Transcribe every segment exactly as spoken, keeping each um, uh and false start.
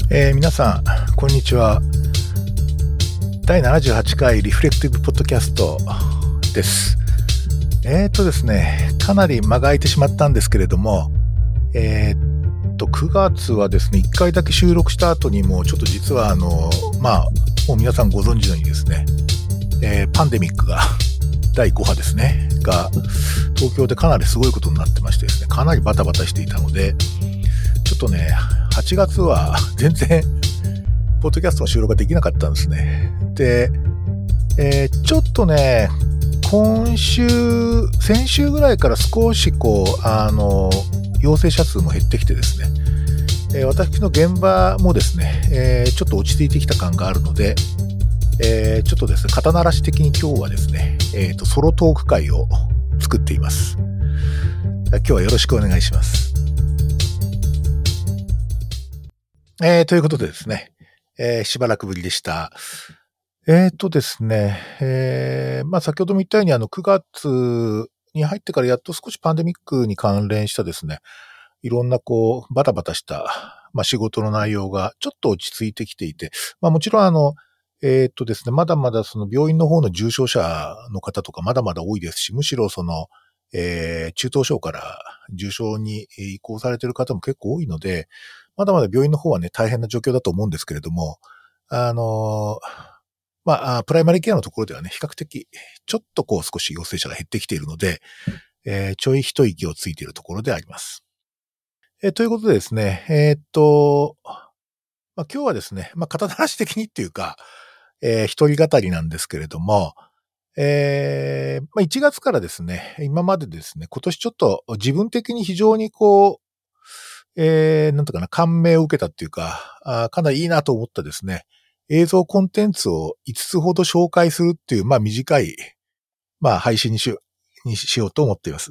えー、皆さんこんにちは。だいななじゅうはちかいリフレクティブポッドキャストです。えーとですねかなり間が空いてしまったんですけれども、えー、っとくがつはですねいっかいだけ収録した後にもうちょっと実はあのまあもう皆さんご存知のようにですね、えー、パンデミックがだいごはですねが東京でかなりすごいことになってましてですね、かなりバタバタしていたので、ちょっとねはちがつは全然ポッドキャストの収録ができなかったんですね。で、えー、ちょっとね今週先週ぐらいから少しこうあの陽性者数も減ってきてですね、えー、私の現場もですね、えー、ちょっと落ち着いてきた感があるので、えー、ちょっとですね肩慣らし的に今日はですね、えーと、ソロトーク会を作っています。今日はよろしくお願いします。えー、ということでですね、えー、しばらくぶりでした。えーとですね、えー、まあ先ほども言ったようにあのくがつに入ってからやっと少しパンデミックに関連したですね、いろんなこうバタバタした、まあ、仕事の内容がちょっと落ち着いてきていて、まあもちろんあの、えーとですね、まだまだその病院の方の重症者の方とかまだまだ多いですし、むしろその、えー、中等症から重症に移行されている方も結構多いので、まだまだ病院の方はね、大変な状況だと思うんですけれども、あのー、まあ、プライマリーケアのところではね、比較的、ちょっとこう少し陽性者が減ってきているので、えー、ちょい一息をついているところであります。えー、ということでですね、えー、っと、まあ、今日はですね、まあ、肩慣らし的にっていうか、えー、一人語りなんですけれども、えー、まあ、いちがつからですね、今までですね、今年ちょっと自分的に非常にこう、えー、なんとかな、感銘を受けたっていうか、あかなりいいなと思ったですね、映像コンテンツをいつつほど紹介するっていう、まあ短い、まあ配信にしよう、にしようと思っています。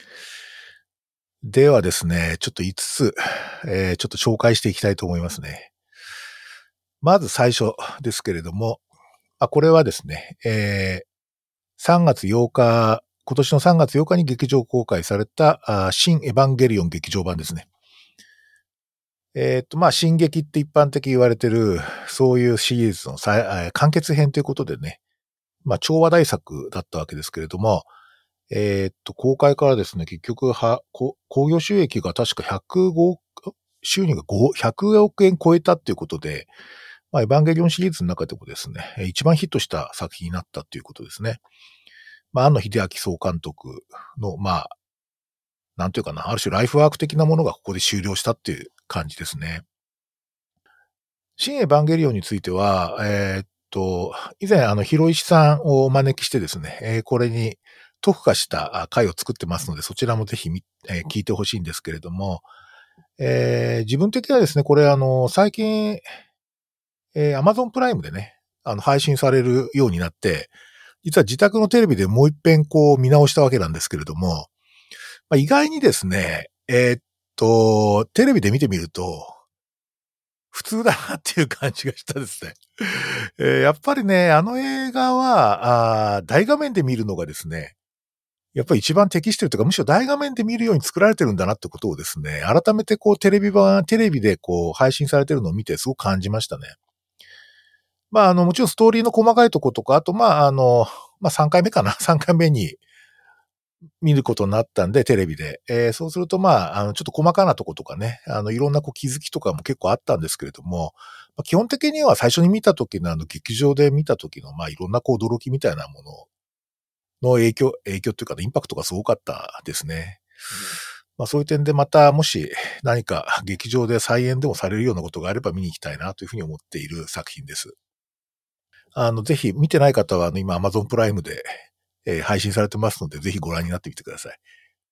ではですね、ちょっといつつ、えー、ちょっと紹介していきたいと思いますね。まず最初ですけれども、あこれはですね、えー、さんがつようか、今年のさんがつようかに劇場公開された、あ新エヴァンゲリオン劇場版ですね。えっと、まあ、進撃って一般的に言われてる、そういうシリーズの再完結編ということでね、まあ、超話題作だったわけですけれども、えっと、公開からですね、結局は、興行収益が確かひゃくご、収入がひゃくおくえん超えたっていうことで、まあ、エヴァンゲリオンシリーズの中でもですね、一番ヒットした作品になったっていうことですね。まあ、庵野秀明総監督の、まあ、なんていうかな、ある種ライフワーク的なものがここで終了したっていう感じですね。新エヴァンゲリオンについては、えー、っと、以前、あの、広石さんをお招きしてですね、えー、これに特化した回を作ってますので、そちらもぜひ、えー、聞いてほしいんですけれども、えー、自分的にはですね、これあの、最近、えー、Amazon プライムでね、あの、配信されるようになって、実は自宅のテレビでもう一遍こう見直したわけなんですけれども、まあ、意外にですね、えー、っと、テレビで見てみると、普通だなっていう感じがしたですね。えー、やっぱりね、あの映画は、あ大画面で見るのがですね、やっぱり一番適してるというか、むしろ大画面で見るように作られてるんだなってことをですね、改めてこうテレビ版、テレビでこう配信されてるのを見てすごく感じましたね。まあ、あの、もちろんストーリーの細かいとことか、あと、まあ、あの、まあ、さんかいめかな ?さん 回目に見ることになったんで、テレビで。えー、そうすると、まあ、あの、ちょっと細かなとことかね、あの、いろんなこう気づきとかも結構あったんですけれども、まあ、基本的には最初に見た時のあの、劇場で見た時の、まあ、いろんなこう驚きみたいなものの影響、影響というか、ね、インパクトがすごかったですね。まあ、そういう点でまた、もし何か劇場で再演でもされるようなことがあれば見に行きたいなというふうに思っている作品です。あの、ぜひ見てない方は、あの、今 Amazon プライムで、えー、配信されてますので、ぜひご覧になってみてください。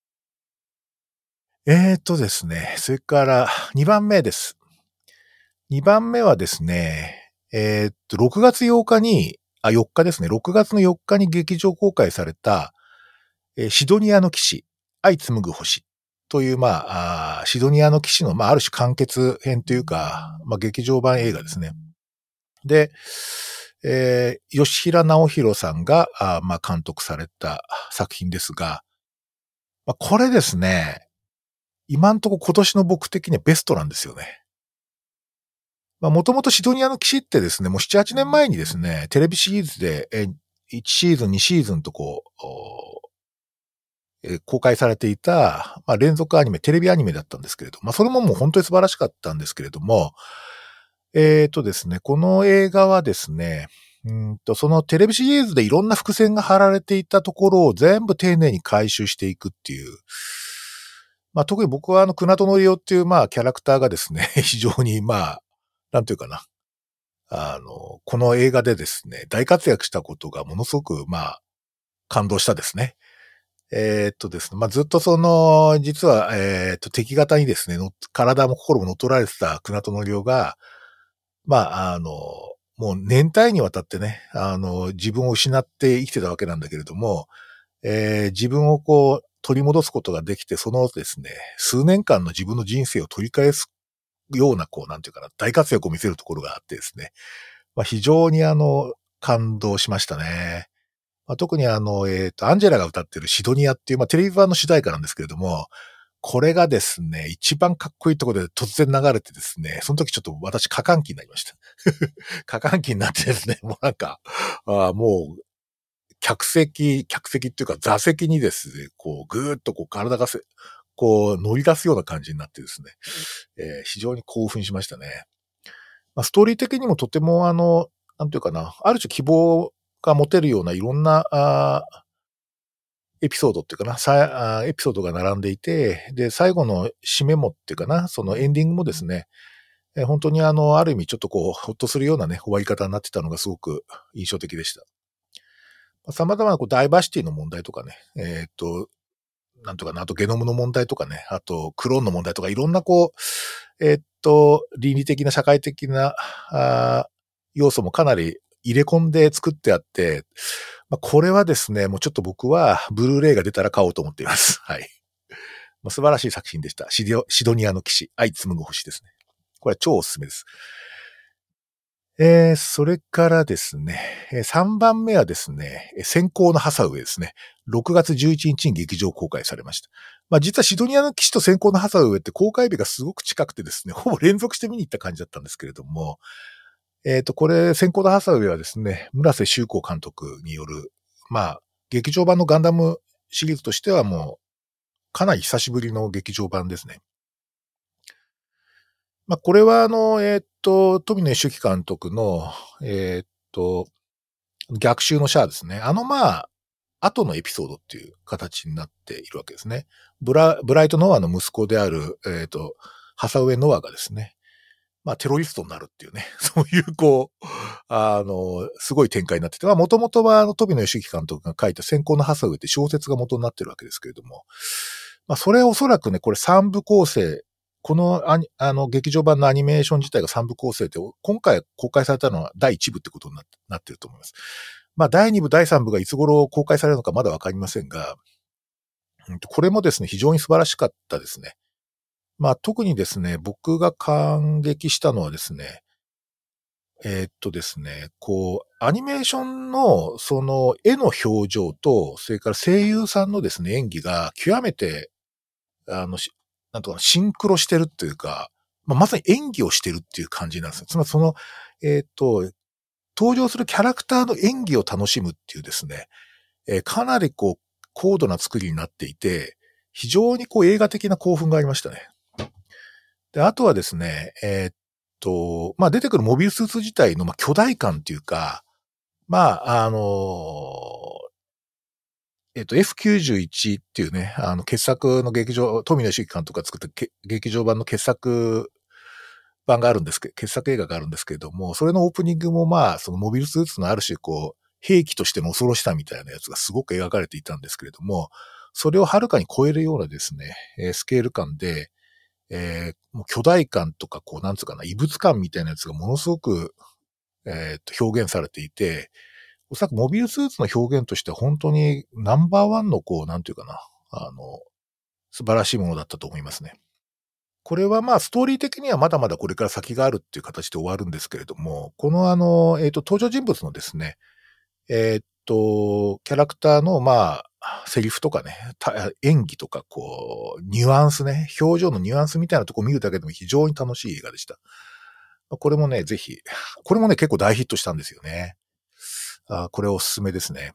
えーとですね、それからにばんめです。にばんめはですね、えーっと、ろくがつようかに、あ、よっかですね、ろくがつのよっかに劇場公開された、えーシドニアの騎士、愛紡ぐ星という、まあ、あシドニアの騎士の、まあ、ある種完結編というか、まあ、劇場版映画ですね。で、えー、吉平直弘さんが、あまあ、監督された作品ですが、まあ、これですね、今んとこ今年の僕的にはベストなんですよね。 まあ、もともとシドニアの騎士ってですね、もうなな、はちねんまえにですね、テレビシリーズで、え、いちシーズン、にシーズンとこう、え公開されていた、まあ、連続アニメ、テレビアニメだったんですけれど、まあ、それももう本当に素晴らしかったんですけれども、えっとですね、この映画はですね、うんと、そのテレビシリーズでいろんな伏線が張られていたところを全部丁寧に回収していくっていう、まあ、特に僕はあの、クナトノリオっていうまあ、キャラクターがですね、非常にまあ、なんていうかな、あの、この映画でですね、大活躍したことがものすごくまあ、感動したですね。えーっとですね、まあ、ずっとその、実は、えーっと、敵方にですね、の体も心も乗っ取られてたクナトノリオが、まあ、あの、もう年単位にわたってね、あの、自分を失って生きてたわけなんだけれども、えー自分をこう、取り戻すことができて、そのですね、数年間の自分の人生を取り返すような、こう、なんていうかな、大活躍を見せるところがあってですね、まあ、非常にあの、感動しましたね。まあ、特にあの、えっと、アンジェラが歌ってるシドニアっていう、まあ、テレビ版の主題歌なんですけれども、これがですね、一番かっこいいところで突然流れてですね、その時ちょっと私過換気になりました。過換気になってですね、もうなんか、あもう、客席、客席っていうか座席にですね、こう、ぐーっとこう体がせ、こう乗り出すような感じになってですね、えー非常に興奮しましたね。まあ、ストーリー的にもとてもあの、なんていうかな、ある種希望が持てるようないろんな、あエピソードっていうかな、さエピソードが並んでいて、で、最後の締めもっていうかな、そのエンディングもですね、え本当にあの、ある意味ちょっとこう、ほっとするようなね、終わり方になってたのがすごく印象的でした。様々なこうダイバーシティの問題とかね、えーっと、なんとかな、あとゲノムの問題とかね、あとクローンの問題とかいろんなこう、えーっと、倫理的な社会的な、あ要素もかなり入れ込んで作ってあって、まあ、これはですね、もうちょっと僕はブルーレイが出たら買おうと思っています。はい。まあ、素晴らしい作品でした。シドシドニアの騎士、愛紡ぐ星ですね。これは超おすすめです。えー、それからですね、さんばんめはですね、先行のハサウェイですね。ろくがつじゅういちにちに劇場公開されました。まあ実はシドニアの騎士と先行のハサウェイって公開日がすごく近くてですね、ほぼ連続して見に行った感じだったんですけれども、えっ、と、これ、先行のハサウェイはですね、村瀬修子監督による、まあ、劇場版のガンダムシリーズとしてはもう、かなり久しぶりの劇場版ですね。まあ、これはあの、えっ、と、富野義行監督の、えっ、と、逆襲のシャアですね。あの、まあ、後のエピソードっていう形になっているわけですね。ブラ、ブライト・ノアの息子である、えっ、と、ハサウェイ・ノアがですね、まあ、テロリストになるっていうね、そういう、こう、あの、すごい展開になってて、まあ、もともとは、あの、富野義行監督が書いた先行のハサウェイって小説が元になってるわけですけれども、まあ、それはおそらくね、これ三部構成、このアニ、あの、劇場版のアニメーション自体が三部構成で、今回公開されたのはだいいち部ってことになってなってると思います。まあ、だいに部、だいさん部がいつ頃公開されるのかまだわかりませんが、これもですね、非常に素晴らしかったですね。まあ、特にですね、僕が感激したのはですね、えーっとですね、こう、アニメーションの、その、絵の表情と、それから声優さんのですね、演技が極めて、あの、しなんとかな、シンクロしてるっていうか、まあ、まさに演技をしてるっていう感じなんですよ。つまりその、えーっと、登場するキャラクターの演技を楽しむっていうですね、えーかなりこう、高度な作りになっていて、非常にこう映画的な興奮がありましたね。で、あとはですね、えーっと、まあ、出てくるモビルスーツ自体の、まあ、巨大感っていうか、まあ、あのえっと、エフきゅうじゅういち っていうね、あの、傑作の劇場、富野義行監督が作った劇場版の傑作版があるんですけど、傑作映画があるんですけれども、それのオープニングもまあ、そのモビルスーツのある種こう、兵器としての恐ろしさみたいなやつがすごく描かれていたんですけれども、それをはるかに超えるようなですね、えースケール感で、えーもう巨大感とか、こう、なんつうかな、異物感みたいなやつがものすごく、えーと表現されていて、おそらくモビルスーツの表現としては本当にナンバーワンのこう、なんていうかな、あの、素晴らしいものだったと思いますね。これはまあストーリー的にはまだまだこれから先があるっていう形で終わるんですけれども、このあの、えっ、と、登場人物のですね、えっ、と、キャラクターのまあ、セリフとかね、演技とかこう、ニュアンスね、表情のニュアンスみたいなところを見るだけでも非常に楽しい映画でした。 これもね、ぜひ、これもね、結構大ヒットしたんですよね。あ、これおすすめですね。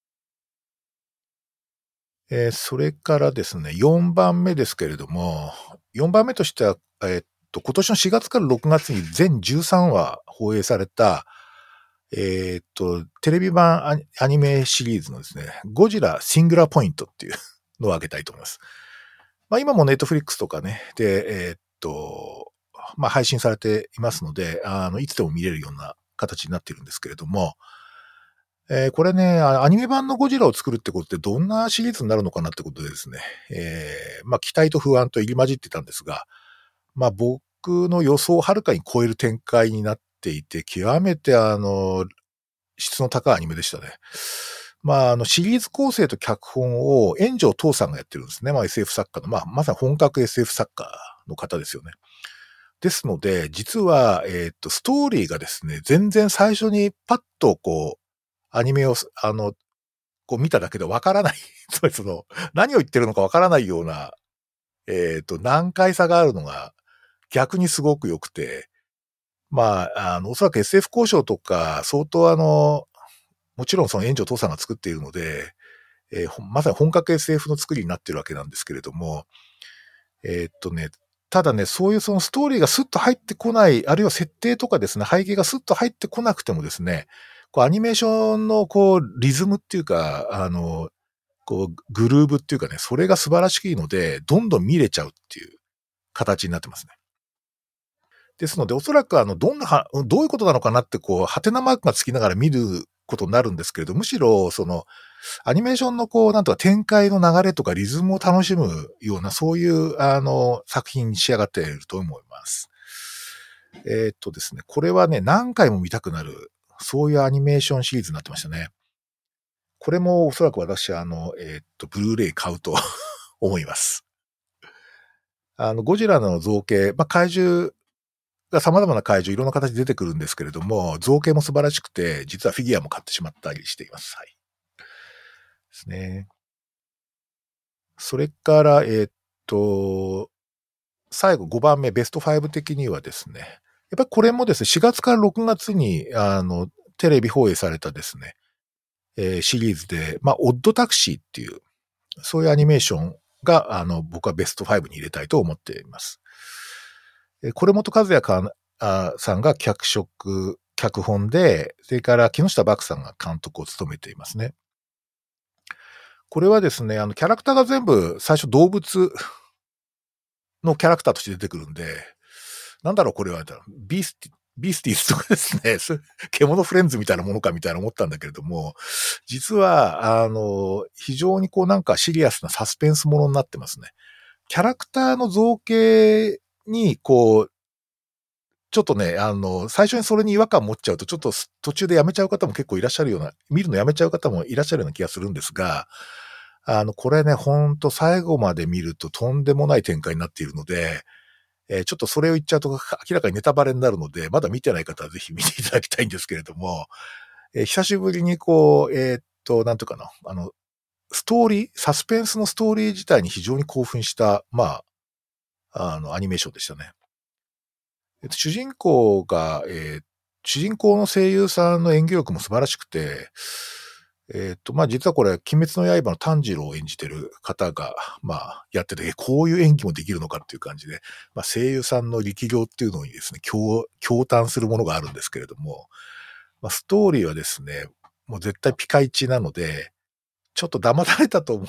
えーそれからですね、よんばんめですけれども、よんばんめとしては、えーっと、今年のしがつからろくがつに全じゅうさんわ放映された、えーっと、テレビ版アニアニメシリーズのですね、ゴジラシングラーポイントっていうのを挙げたいと思います。まあ今もネットフリックスとかね、で、えーっと、まあ配信されていますので、あの、いつでも見れるような形になっているんですけれども、えーこれね、あアニメ版のゴジラを作るってことでどんなシリーズになるのかなってことでですね、えーまあ期待と不安と入り混じってたんですが、まあ僕の予想をはるかに超える展開になっていて、極めてあの、質の高いアニメでしたね。まあ、あの、シリーズ構成と脚本を炎上父さんがやってるんですね。まあ エスエフ 作家の、まあ、まさに本格 エスエフ 作家の方ですよね。ですので、実は、えっと、ストーリーがですね、全然最初にパッとこう、アニメを、あの、こう見ただけでわからない。つまりその、何を言ってるのかわからないような、えっと、難解さがあるのが逆にすごく良くて、まあ、あの、おそらく エスエフ 交渉とか、相当あの、もちろんその援助父さんが作っているので、えーまさに本格 エスエフ の作りになってるわけなんですけれども、えーっとね、ただね、そういうそのストーリーがスッと入ってこない、あるいは設定とかですね、背景がスッと入ってこなくてもですね、こうアニメーションのこうリズムっていうか、あの、こうグルーブっていうかね、それが素晴らしいので、どんどん見れちゃうっていう形になってますね。ですので、おそらくあの、どんなは、どういうことなのかなってこう、ハテナマークがつきながら見ることになるんですけれど、むしろ、その、アニメーションのこう、なんとか展開の流れとかリズムを楽しむような、そういう、あの、作品に仕上がっていると思います。えーっとですね、これはね、何回も見たくなる、そういうアニメーションシリーズになってましたね。これもおそらく私は、あの、えーっと、ブルーレイ買うと思います。あの、ゴジラの造形、まあ、怪獣が様々な怪獣、いろんな形で出てくるんですけれども、造形も素晴らしくて、実はフィギュアも買ってしまったりしています。はい。ですね。それから、えーっと、最後ごばんめ、ベストご的にはですね、やっぱりこれもですね、しがつからろくがつに、あの、テレビ放映されたですね、えーシリーズで、まあ、オッドタクシーっていう、そういうアニメーションが、あの、僕はベストごに入れたいと思っています。えーこれ本和也かあさんが脚色、脚本で、それから木下漠さんが監督を務めていますね。これはですね、あの、キャラクターが全部最初動物のキャラクターとして出てくるんで、なんだろうこれは、ビースティ、ビースティーズとかですね、獣フレンズみたいなものかみたいな思ったんだけれども、実は、あの、非常にこうなんかシリアスなサスペンスものになってますね。キャラクターの造形に、こう、ちょっとね、あの、最初にそれに違和感持っちゃうと、ちょっと途中でやめちゃう方も結構いらっしゃるような、見るのやめちゃう方もいらっしゃるような気がするんですが、あの、これね、ほんと最後まで見るととんでもない展開になっているので、えーちょっとそれを言っちゃうと明らかにネタバレになるので、まだ見てない方はぜひ見ていただきたいんですけれども、えー久しぶりにこう、えーっと、なんとかな、あの、ストーリー、サスペンスのストーリー自体に非常に興奮した、まあ、あの、アニメーションでしたね。えっと、主人公が、えー主人公の声優さんの演技力も素晴らしくて、えっと、まあ、実はこれ、鬼滅の刃の炭治郎を演じてる方が、まあ、やってて、えこういう演技もできるのかっていう感じで、まあ、声優さんの力量っていうのにですね、驚、驚嘆するものがあるんですけれども、まあ、ストーリーはですね、もう絶対ピカイチなので、ちょっと騙されたと思って、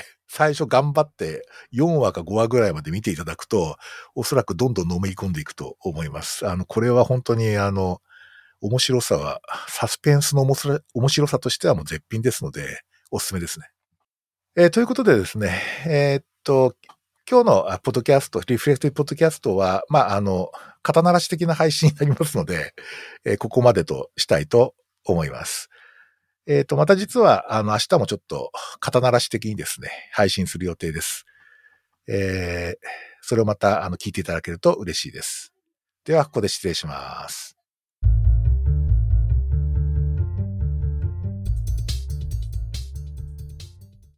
最初頑張ってよんわかごわぐらいまで見ていただくと、おそらくどんどんのめり込んでいくと思います。あの、これは本当にあの、面白さは、サスペンスの面白面白さとしてはもう絶品ですので、おすすめですね。えーということでですね、えーっと、今日のあポッドキャスト、リフレクティブポッドキャストは、まあ、あの、肩慣らし的な配信になりますので、えーここまでとしたいと思います。えっと、また実は、あの、明日もちょっと肩慣らし的にですね、配信する予定です。えー、それをまた、あの、聞いていただけると嬉しいです。では、ここで失礼します。